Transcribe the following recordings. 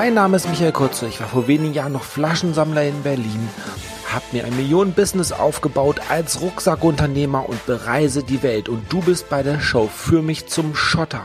Mein Name ist Michael Kurze. Ich war vor wenigen Jahren noch Flaschensammler in Berlin, habe mir ein Millionen-Business aufgebaut als Rucksackunternehmer und bereise die Welt. Und du bist bei der Show Für mich zum Schotter.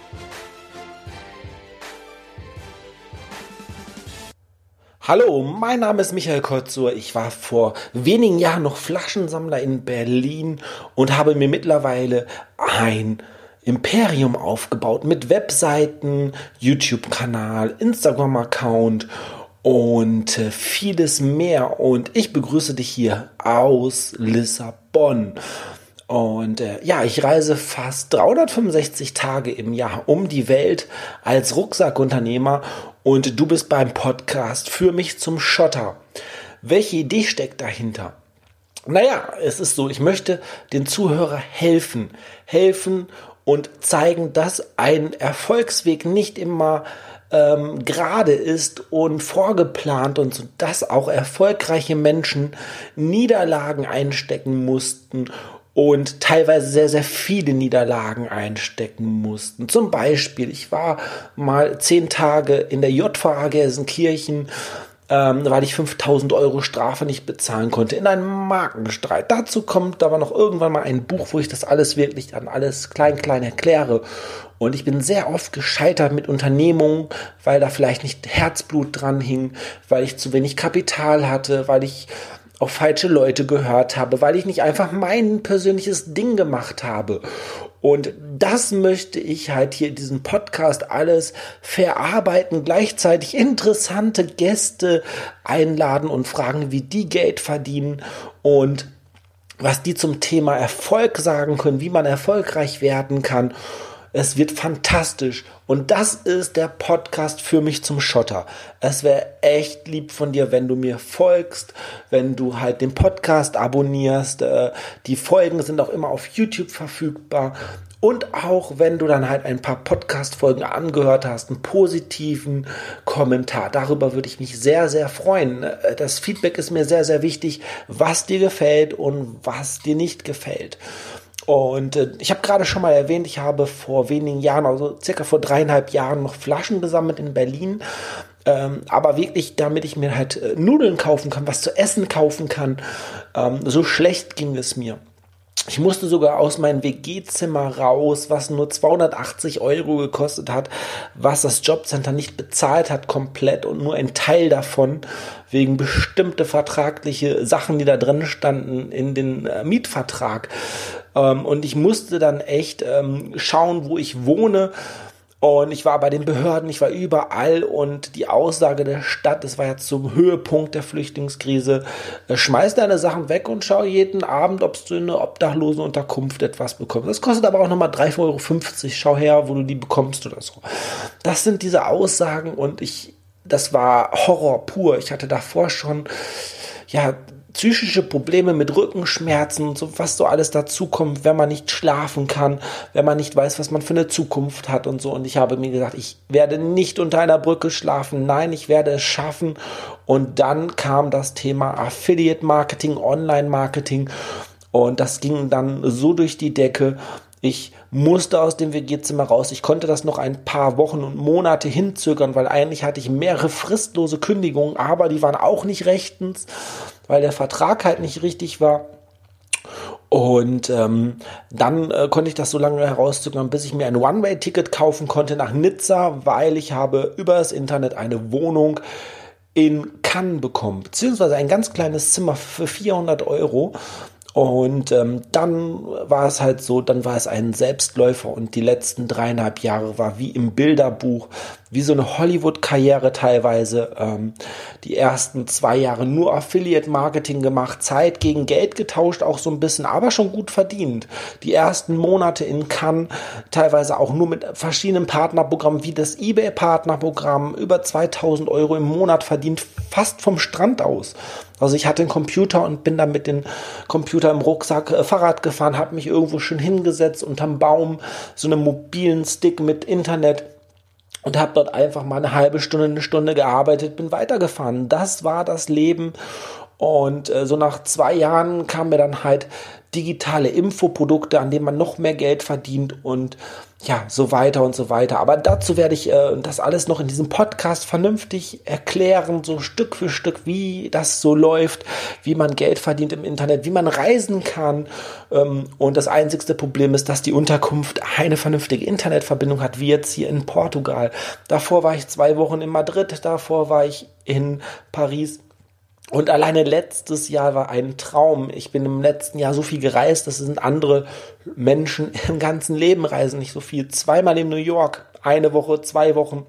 Hallo, mein Name ist Michael Kotzur. Ich war vor wenigen Jahren noch Flaschensammler in Berlin und habe mir mittlerweile ein Imperium aufgebaut mit Webseiten, YouTube-Kanal, Instagram-Account und vieles mehr. Und ich begrüße dich hier aus Lissabon. Und ich reise fast 365 Tage im Jahr um die Welt als Rucksackunternehmer und du bist beim Podcast Für mich zum Schotter. Welche Idee steckt dahinter? Naja, es ist so, ich möchte den Zuhörer helfen und zeigen, dass ein Erfolgsweg nicht immer gerade ist und vorgeplant und so, dass auch erfolgreiche Menschen Niederlagen einstecken mussten und teilweise sehr, sehr viele Niederlagen einstecken mussten. Zum Beispiel, ich war mal 10 Tage in der JVA Gelsenkirchen, weil ich 5.000 Euro Strafe nicht bezahlen konnte, in einem Markenstreit. Dazu kommt aber noch irgendwann mal ein Buch, wo ich das alles wirklich an alles klein erkläre. Und ich bin sehr oft gescheitert mit Unternehmungen, weil da vielleicht nicht Herzblut dran hing, weil ich zu wenig Kapital hatte, weil ich auf falsche Leute gehört habe, weil ich nicht einfach mein persönliches Ding gemacht habe. Und das möchte ich halt hier in diesem Podcast alles verarbeiten, gleichzeitig interessante Gäste einladen und fragen, wie die Geld verdienen und was die zum Thema Erfolg sagen können, wie man erfolgreich werden kann. Es wird fantastisch und das ist der Podcast Für mich zum Schotter. Es wäre echt lieb von dir, wenn du mir folgst, wenn du halt den Podcast abonnierst. Die Folgen sind auch immer auf YouTube verfügbar. Und auch wenn du dann halt ein paar Podcast-Folgen angehört hast, einen positiven Kommentar. Darüber würde ich mich sehr, sehr freuen. Das Feedback ist mir sehr, sehr wichtig, was dir gefällt und was dir nicht gefällt. Und ich habe gerade schon mal erwähnt, ich habe vor wenigen Jahren, also circa vor 3,5 Jahren, noch Flaschen gesammelt in Berlin. Aber wirklich, damit ich mir halt Nudeln kaufen kann, was zu essen kaufen kann. So schlecht ging es mir. Ich musste sogar aus meinem WG-Zimmer raus, was nur 280 Euro gekostet hat, was das Jobcenter nicht bezahlt hat komplett und nur ein Teil davon wegen bestimmte vertragliche Sachen, die da drin standen in den Mietvertrag. Und ich musste dann echt schauen, wo ich wohne. Und ich war bei den Behörden, ich war überall und die Aussage der Stadt, das war ja zum Höhepunkt der Flüchtlingskrise, schmeiß deine Sachen weg und schau jeden Abend, ob du in einer Obdachlosenunterkunft etwas bekommst. Das kostet aber auch nochmal 3,50 Euro, schau her, wo du die bekommst oder so. Das sind diese Aussagen und das war Horror pur. Ich hatte davor schon, psychische Probleme mit Rückenschmerzen und so, was so alles dazukommt, wenn man nicht schlafen kann, wenn man nicht weiß, was man für eine Zukunft hat und so. Und ich habe mir gesagt, ich werde nicht unter einer Brücke schlafen. Nein, ich werde es schaffen. Und dann kam das Thema Affiliate-Marketing, Online-Marketing. Und das ging dann so durch die Decke. Ich musste aus dem WG-Zimmer raus. Ich konnte das noch ein paar Wochen und Monate hinzögern, weil eigentlich hatte ich mehrere fristlose Kündigungen, aber die waren auch nicht rechtens, weil der Vertrag halt nicht richtig war. Und dann konnte ich das so lange herauszögern, bis ich mir ein One-Way-Ticket kaufen konnte nach Nizza, weil ich habe über das Internet eine Wohnung in Cannes bekommen, beziehungsweise ein ganz kleines Zimmer für 400 Euro. Und dann war es halt so, dann war es ein Selbstläufer und die letzten 3,5 Jahre war wie im Bilderbuch, wie so eine Hollywood-Karriere teilweise. Die ersten 2 Jahre nur Affiliate-Marketing gemacht, Zeit gegen Geld getauscht, auch so ein bisschen, aber schon gut verdient. Die ersten Monate in Cannes teilweise auch nur mit verschiedenen Partnerprogrammen wie das eBay-Partnerprogramm, über 2.000 Euro im Monat verdient, fast vom Strand aus. Also ich hatte einen Computer und bin dann mit dem Computer im Rucksack Fahrrad gefahren, habe mich irgendwo schön hingesetzt unterm Baum, so einen mobilen Stick mit Internet und habe dort einfach mal eine halbe Stunde, eine Stunde gearbeitet, bin weitergefahren. Das war das Leben Und so nach 2 Jahren kamen mir dann halt digitale Infoprodukte, an denen man noch mehr Geld verdient und ja, so weiter und so weiter. Aber dazu werde ich das alles noch in diesem Podcast vernünftig erklären, so Stück für Stück, wie das so läuft, wie man Geld verdient im Internet, wie man reisen kann. Und das einzigste Problem ist, dass die Unterkunft eine vernünftige Internetverbindung hat, wie jetzt hier in Portugal. Davor war ich 2 Wochen in Madrid, davor war ich in Paris. Und alleine letztes Jahr war ein Traum. Ich bin im letzten Jahr so viel gereist, das sind andere Menschen im ganzen Leben reisen nicht so viel. 2-mal in New York, 1 Woche, 2 Wochen.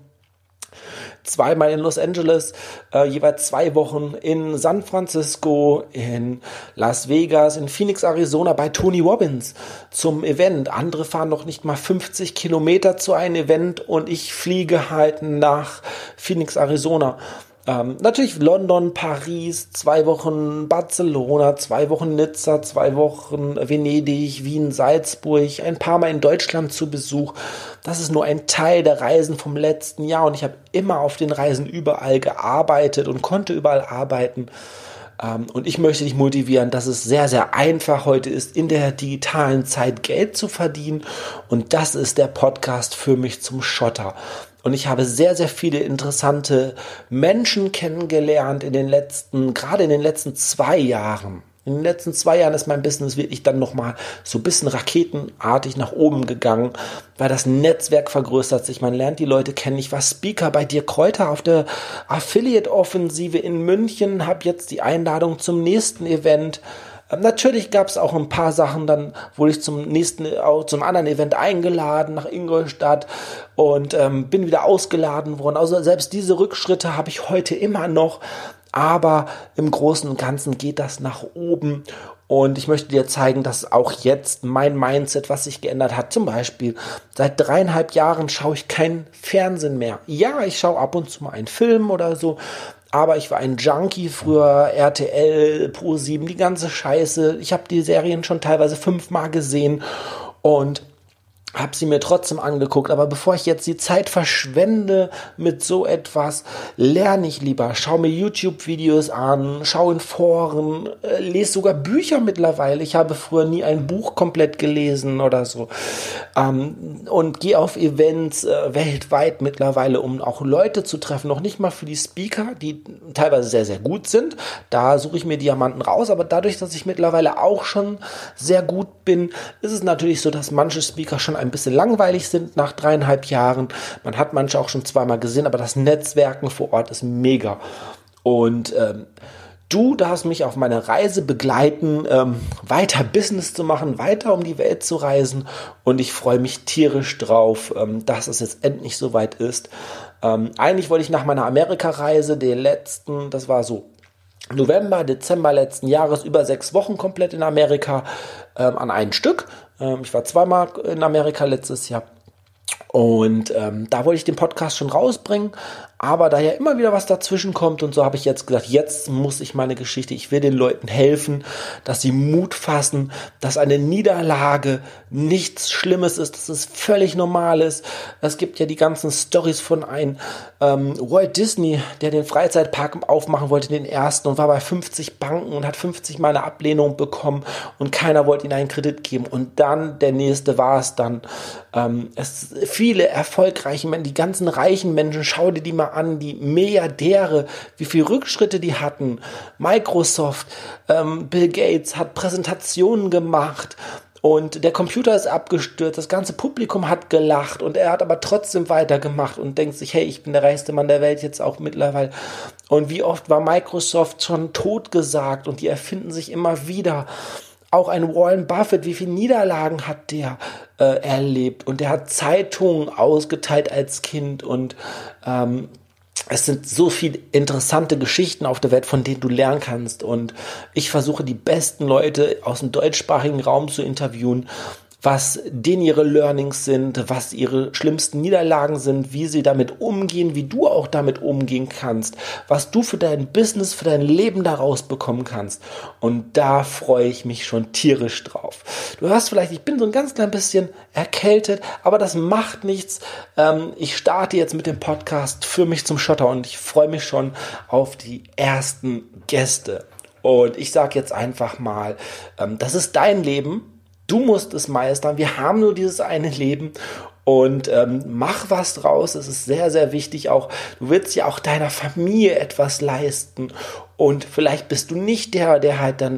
2-mal in Los Angeles, jeweils 2 Wochen in San Francisco, in Las Vegas, in Phoenix, Arizona bei Tony Robbins zum Event. Andere fahren noch nicht mal 50 Kilometer zu einem Event und ich fliege halt nach Phoenix, Arizona. Natürlich London, Paris, 2 Wochen Barcelona, 2 Wochen Nizza, 2 Wochen Venedig, Wien, Salzburg, ein paar Mal in Deutschland zu Besuch. Das ist nur ein Teil der Reisen vom letzten Jahr und ich habe immer auf den Reisen überall gearbeitet und konnte überall arbeiten. Und ich möchte dich motivieren, dass es sehr, sehr einfach heute ist, in der digitalen Zeit Geld zu verdienen. Und das ist der Podcast für mich zum Schotter. Und ich habe sehr, sehr viele interessante Menschen kennengelernt gerade in den letzten 2 Jahren. In den letzten 2 Jahren ist mein Business wirklich dann nochmal so ein bisschen raketenartig nach oben gegangen, weil das Netzwerk vergrößert sich. Man lernt die Leute kennen. Ich war Speaker bei Dirk Kräuter auf der Affiliate-Offensive in München, habe jetzt die Einladung zum nächsten Event. Natürlich gab es auch ein paar Sachen, dann wurde ich zum anderen Event eingeladen nach Ingolstadt und bin wieder ausgeladen worden. Also selbst diese Rückschritte habe ich heute immer noch, aber im Großen und Ganzen geht das nach oben. Und ich möchte dir zeigen, dass auch jetzt mein Mindset, was sich geändert hat, zum Beispiel seit 3,5 Jahren schaue ich kein Fernsehen mehr. Ja, ich schaue ab und zu mal einen Film oder so, aber ich war ein Junkie früher, RTL, Pro7, die ganze Scheiße. Ich habe die Serien schon teilweise 5-mal gesehen und habe sie mir trotzdem angeguckt, aber bevor ich jetzt die Zeit verschwende mit so etwas, lerne ich lieber, schaue mir YouTube-Videos an, schaue in Foren, lese sogar Bücher mittlerweile. Ich habe früher nie ein Buch komplett gelesen oder so und gehe auf Events weltweit mittlerweile, um auch Leute zu treffen, noch nicht mal für die Speaker, die teilweise sehr, sehr gut sind. Da suche ich mir Diamanten raus, aber dadurch, dass ich mittlerweile auch schon sehr gut bin, ist es natürlich so, dass manche Speaker schon ein bisschen langweilig sind nach 3,5 Jahren. Man hat manche auch schon 2-mal gesehen, aber das Netzwerken vor Ort ist mega. Und du darfst mich auf meiner Reise begleiten, weiter Business zu machen, weiter um die Welt zu reisen. Und ich freue mich tierisch drauf, dass es jetzt endlich soweit ist. Eigentlich wollte ich nach meiner Amerika-Reise, das war so November, Dezember letzten Jahres, über 6 Wochen komplett in Amerika an einem Stück. Ich war 2-mal in Amerika letztes Jahr und da wollte ich den Podcast schon rausbringen, aber da ja immer wieder was dazwischen kommt und so habe ich jetzt gesagt, jetzt muss ich meine Geschichte, ich will den Leuten helfen, dass sie Mut fassen, dass eine Niederlage nichts Schlimmes ist, dass es völlig normal ist. Es gibt ja die ganzen Storys von einem Walt Disney, der den Freizeitpark aufmachen wollte, den ersten, und war bei 50 Banken und hat 50 Mal eine Ablehnung bekommen und keiner wollte ihm einen Kredit geben. Und dann, der nächste war es dann. Viele erfolgreiche Menschen, die ganzen reichen Menschen, schau dir die mal an, die Milliardäre, wie viele Rückschritte die hatten. Microsoft, Bill Gates hat Präsentationen gemacht und der Computer ist abgestürzt, das ganze Publikum hat gelacht und er hat aber trotzdem weitergemacht und denkt sich, hey, ich bin der reichste Mann der Welt jetzt auch mittlerweile. Und wie oft war Microsoft schon totgesagt und die erfinden sich immer wieder. Auch ein Warren Buffett, wie viele Niederlagen hat der erlebt? Und der hat Zeitungen ausgeteilt als Kind und es sind so viele interessante Geschichten auf der Welt, von denen du lernen kannst. Und ich versuche, die besten Leute aus dem deutschsprachigen Raum zu interviewen, was denen ihre Learnings sind, was ihre schlimmsten Niederlagen sind, wie sie damit umgehen, wie du auch damit umgehen kannst, was du für dein Business, für dein Leben daraus bekommen kannst. Und da freue ich mich schon tierisch drauf. Du hörst vielleicht, ich bin so ein ganz klein bisschen erkältet, aber das macht nichts. Ich starte jetzt mit dem Podcast für mich zum Schotter und ich freue mich schon auf die ersten Gäste. Und ich sage jetzt einfach mal, das ist dein Leben. Du musst es meistern. Wir haben nur dieses eine Leben. Und mach was draus. Es ist sehr, sehr wichtig auch. Du willst ja auch deiner Familie etwas leisten. Und vielleicht bist du nicht der halt dann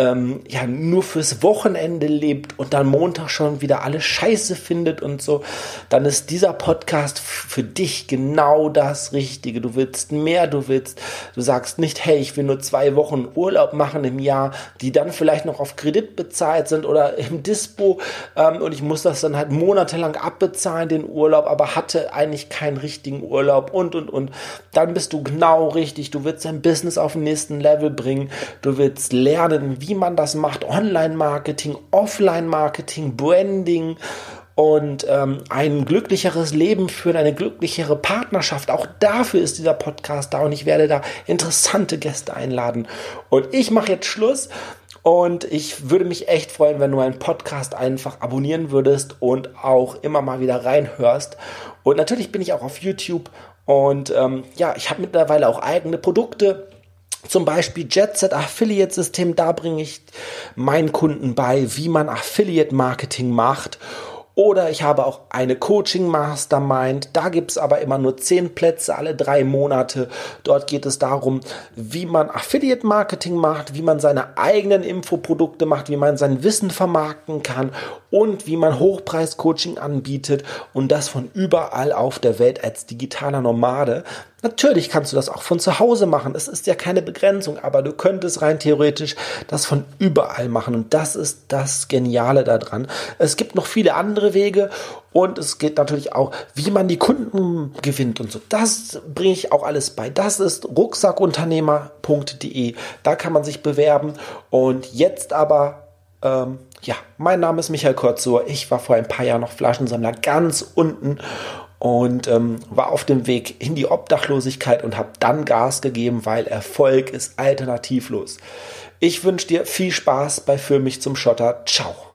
nur fürs Wochenende lebt und dann Montag schon wieder alles Scheiße findet und so. Dann ist dieser Podcast für dich genau das Richtige. Du willst mehr, du sagst nicht, hey, ich will nur 2 Wochen Urlaub machen im Jahr, die dann vielleicht noch auf Kredit bezahlt sind oder im Dispo und ich muss das dann halt monatelang abbezahlen, den Urlaub, aber hatte eigentlich keinen richtigen Urlaub und. Dann bist du genau richtig. Du willst dein Business auf den nächsten Level bringen. Du willst lernen, wie man das macht. Online-Marketing, Offline-Marketing, Branding und ein glücklicheres Leben führen, eine glücklichere Partnerschaft. Auch dafür ist dieser Podcast da und ich werde da interessante Gäste einladen. Und ich mache jetzt Schluss. Und ich würde mich echt freuen, wenn du meinen Podcast einfach abonnieren würdest und auch immer mal wieder reinhörst. Und natürlich bin ich auch auf YouTube und ich habe mittlerweile auch eigene Produkte. Zum Beispiel JetSet Affiliate System, da bringe ich meinen Kunden bei, wie man Affiliate Marketing macht. Oder ich habe auch eine Coaching Mastermind, da gibt es aber immer nur 10 Plätze alle 3 Monate. Dort geht es darum, wie man Affiliate Marketing macht, wie man seine eigenen Infoprodukte macht, wie man sein Wissen vermarkten kann und wie man Hochpreis-Coaching anbietet und das von überall auf der Welt als digitaler Nomade. Natürlich kannst du das auch von zu Hause machen. Es ist ja keine Begrenzung, aber du könntest rein theoretisch das von überall machen. Und das ist das Geniale daran. Es gibt noch viele andere Wege und es geht natürlich auch, wie man die Kunden gewinnt und so. Das bringe ich auch alles bei. Das ist rucksackunternehmer.de. Da kann man sich bewerben. Und jetzt aber mein Name ist Michael Kotzur. Ich war vor ein paar Jahren noch Flaschensammler ganz unten und war auf dem Weg in die Obdachlosigkeit und habe dann Gas gegeben, weil Erfolg ist alternativlos. Ich wünsche dir viel Spaß bei Für mich zum Schotter. Ciao.